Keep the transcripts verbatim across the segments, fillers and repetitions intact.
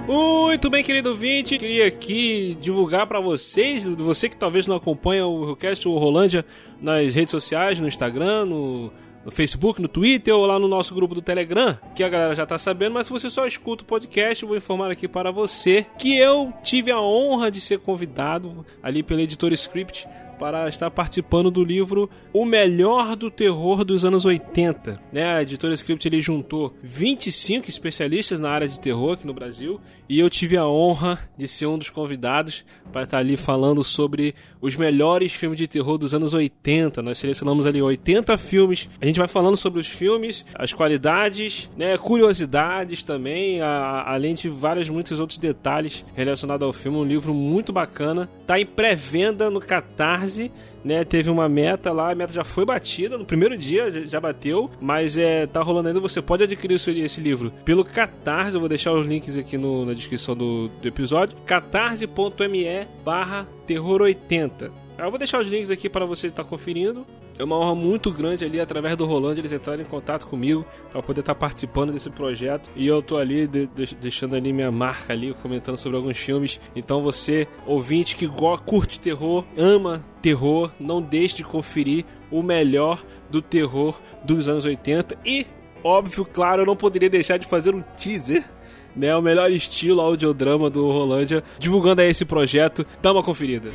Muito bem, querido ouvinte, queria aqui divulgar pra vocês, você que talvez não acompanha o Realcast ou o Rolândia nas redes sociais, no Instagram, no, no Facebook, no Twitter ou lá no nosso grupo do Telegram, que a galera já tá sabendo, mas se você só escuta o podcast, eu vou informar aqui para você que eu tive a honra de ser convidado ali pela editora Script para estar participando do livro O Melhor do Terror dos Anos oitenta. Né? A editora Script ele juntou vinte e cinco especialistas na área de terror aqui no Brasil e eu tive a honra de ser um dos convidados para estar ali falando sobre os melhores filmes de terror dos anos oitenta. Nós selecionamos ali oitenta filmes. A gente vai falando sobre os filmes, as qualidades, né, curiosidades também, a, além de vários, muitos outros detalhes relacionados ao filme. Um livro muito bacana. Está em pré-venda no Catarse. Né, teve uma meta lá, a meta já foi batida, no primeiro dia já, já bateu, mas é, tá rolando ainda, você pode adquirir esse, esse livro pelo Catarse, eu vou deixar os links aqui no, na descrição do, do episódio, catarse.me barra terror oitenta. Eu vou deixar os links aqui para você estar conferindo. É uma honra muito grande ali, através do Rolândia, eles entrarem em contato comigo para poder estar participando desse projeto. E eu tô ali, de, de, deixando ali minha marca ali, comentando sobre alguns filmes. Então você, ouvinte que go- curte terror, ama terror, não deixe de conferir o melhor do terror dos anos oitenta. E, óbvio, claro, eu não poderia deixar de fazer um teaser, né? O melhor estilo audiodrama do Rolândia, divulgando aí esse projeto. Dá uma conferida.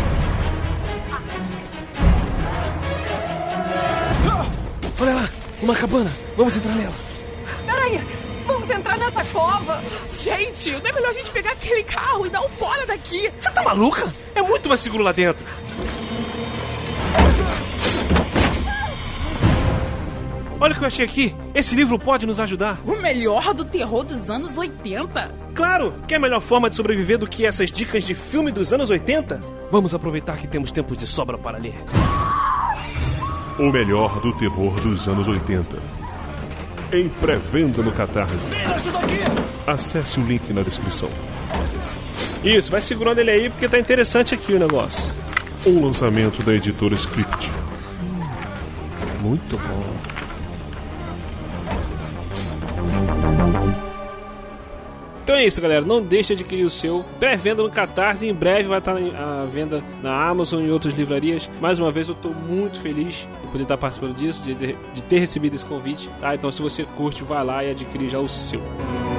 Olha lá, uma cabana. Vamos entrar nela. Peraí, vamos entrar nessa cova? Gente, não é melhor a gente pegar aquele carro e dar um fora daqui. Você tá maluca? É muito mais seguro lá dentro. Olha o que eu achei aqui. Esse livro pode nos ajudar. O melhor do terror dos anos oitenta? Claro! Quer melhor forma de sobreviver do que essas dicas de filme dos anos oitenta? Vamos aproveitar que temos tempo de sobra para ler. O melhor do terror dos anos oitenta. Em pré-venda no Catarse. Acesse o link na descrição. Isso, vai segurando ele aí porque tá interessante aqui o negócio. Um lançamento da editora Script. Muito bom. Então é isso, galera. Não deixe de adquirir o seu. Pré-venda no Catarse. Em breve vai estar à venda na Amazon e outras livrarias. Mais uma vez, eu estou muito feliz de poder estar participando disso, de ter, de ter recebido esse convite. Tá? Então, se você curte, vai lá e adquire já o seu.